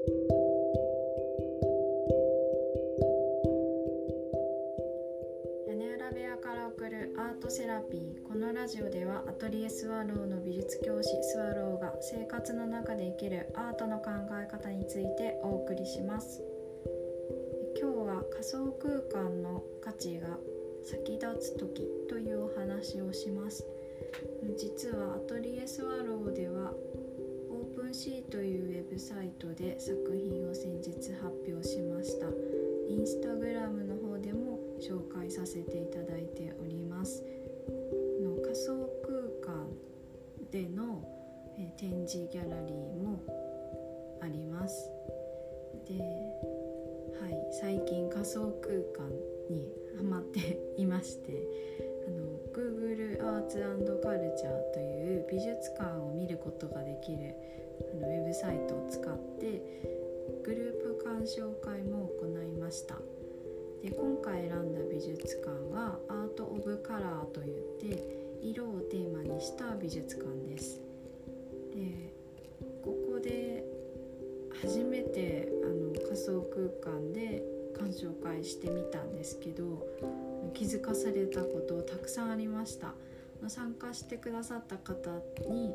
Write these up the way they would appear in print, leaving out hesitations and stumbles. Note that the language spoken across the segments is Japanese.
屋根裏部屋から送るアートセラピー。このラジオではアトリエスワローの美術教師スワローが生活の中で生きるアートの考え方についてお送りします。今日は仮想空間の価値が先立つ時というお話をします。実はアトリエスワローではオープンシーというウェブサイトで作品を先日発表しました。インスタグラムの方でも紹介させていただいております。仮想空間での展示ギャラリーもあります。で、最近仮想空間にハマっていまして、Google Arts and Culture という美術館を見ることができるウェブサイトを使ってグループ鑑賞会も行いました。で、今回選んだ美術館はアート・オブ・カラーといって色をテーマにした美術館です。で、ここで初めて仮想空間で鑑賞会してみたんですけど、気づかされたことたくさんありました。参加してくださった方に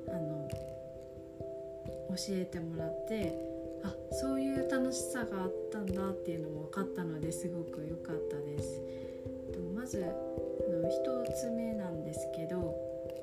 教えてもらって、そういう楽しさがあったんだっていうのも分かったのですごく良かったです。まず一つ目なんですけど、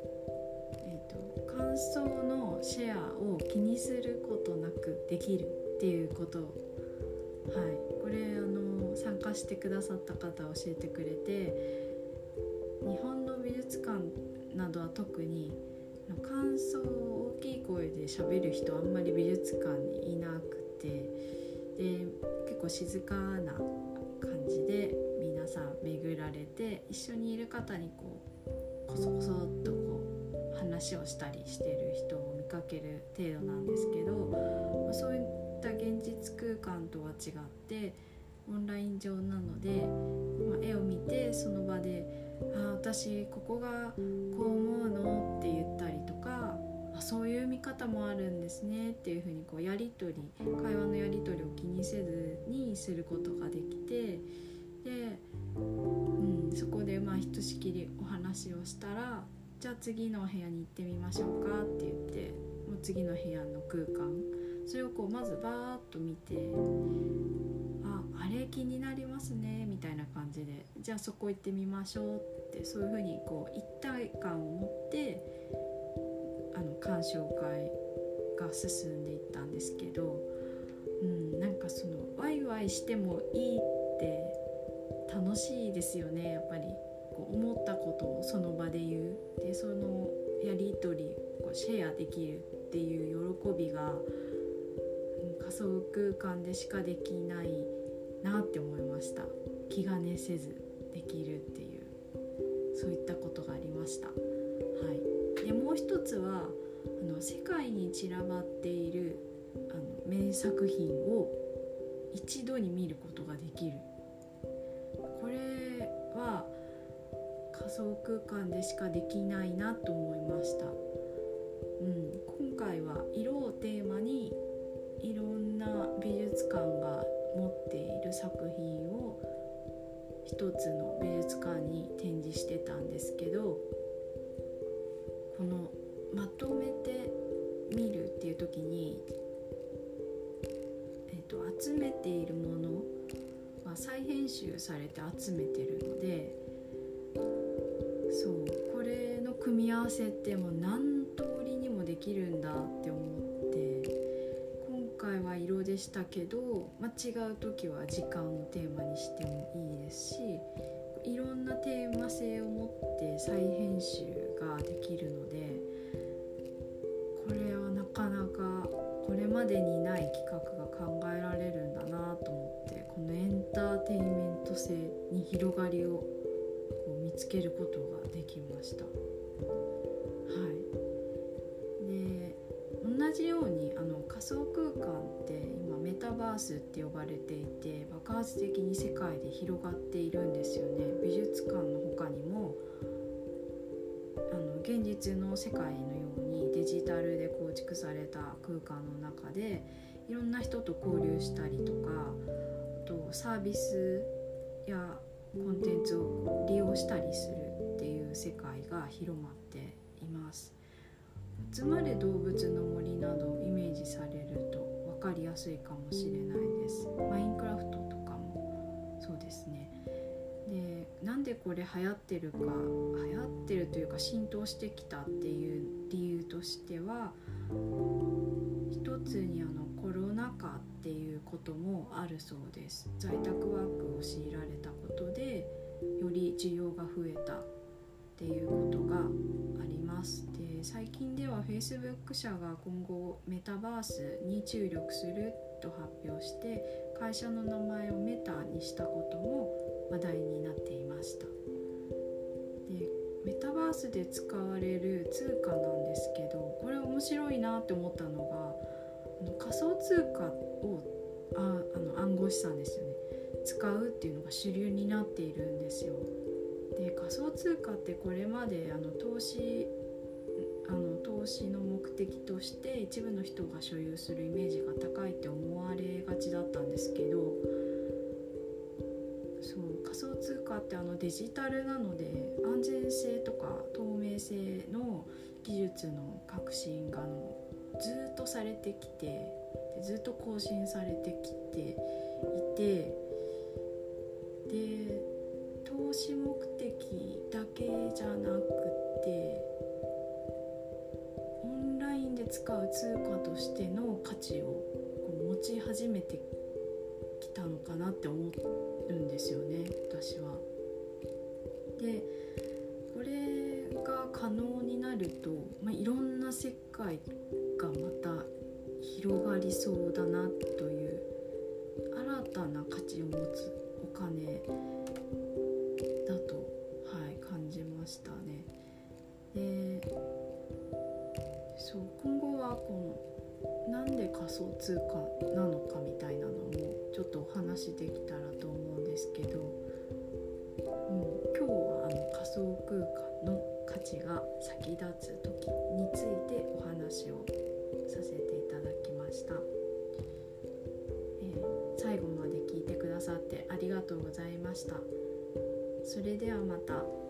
感想のシェアを気にすることなくできるっていうこと、これ参加してくださった方教えてくれて、日本の美術館などは特に感想を大きい声で喋る人あんまり美術館にいなくて、で結構静かな感じで皆さん巡られて、一緒にいる方にこそこそっと話をしたりしてる人を見かける程度なんですけど、そういった現実空間とは違ってオンライン上なので、絵を見てその場で私ここがこう思うのって言ったりとか、そういう見方もあるんですねっていうふうに会話のやり取りを気にせずにすることができて、で、そこでひとしきりお話をしたら、じゃあ次のお部屋に行ってみましょうかって言って、もう次の部屋の空間、それをまずバーッと見て、あれ気になりますねみたいな感じで、じゃあそこ行ってみましょうって、そういうふうに一体感を持って鑑賞会が進んでいったんですけど、なんかワイワイしてもいいって楽しいですよね。やっぱり思ったことをその場で言う、でそのやり取りシェアできるっていう喜びが、仮想空間でしかできないなって思いました。気兼ねせずできるっていう、そういったことがありました。でもう一つは世界に散らばっている名作品を一度に見ることができる。これは仮想空間でしかできないなと思いました。今回は色をテーマにいろんな美術館が持っている作品を一つの美術館に展示してたんですけど、このまとめて見るっていう時に、集めているものは再編集されて集めてるので、これの組み合わせってもう何通りにもできるんだって思って、今回は色でしたけど、違う時は時間をテーマにしてもいいですし、いろんなテーマ性を持って再編集ができるので、これはなかなかこれまでにない企画が考えられるんだなと思って、このエンターテインメント性に広がりを見つけることができました。で、同じように仮想空間って今メタバースって呼ばれていて、爆発的に世界で広がっているんですよね。美術館の他にも現実の世界のようにデジタルで構築された空間の中でいろんな人と交流したりとか、あとサービスやコンテンツを利用したりするっていう世界が広まっています。集まれ動物の森などをイメージされると分かりやすいかもしれないです。マインクラフトとかもそうですね。で、なんでこれ流行ってるというか浸透してきたっていう理由としては、一つにコロナ禍っていうこともあるそうです。在宅ワークを強いられたことでより需要が増えたっていうことがあります。で、最近では Facebook 社が今後メタバースに注力すると発表して、会社の名前をメタにしたことも話題になっていました。で、メタバースで使われる通貨なんですけど、これ面白いなって思ったのが、仮想通貨を暗号資産ですよね、使うっていうのが主流になっているんですよ。で、仮想通貨ってこれまで投資の目的として一部の人が所有するイメージが高いって思われがちだったんですけど、そう仮想通貨ってデジタルなので安全性とか透明性の技術の革新がずっとされてきて、でずっと更新されてきていて、で投資目的だけじゃなくてオンラインで使う通貨としての価値を持ち始めてきたのかなって思うんですよね、私は。で、これが可能になると、いろんな世界がまた広がりそうだなという新たな価値を持つお金だと、感じましたね。で、そう今後はなんで仮想通貨なのかみたいなのもちょっとお話できたらと思うんですけど、今日は仮想空間の価値が先立つ時についてお話をさせていただきました。最後まで聞いてくださってありがとうございました。それではまた。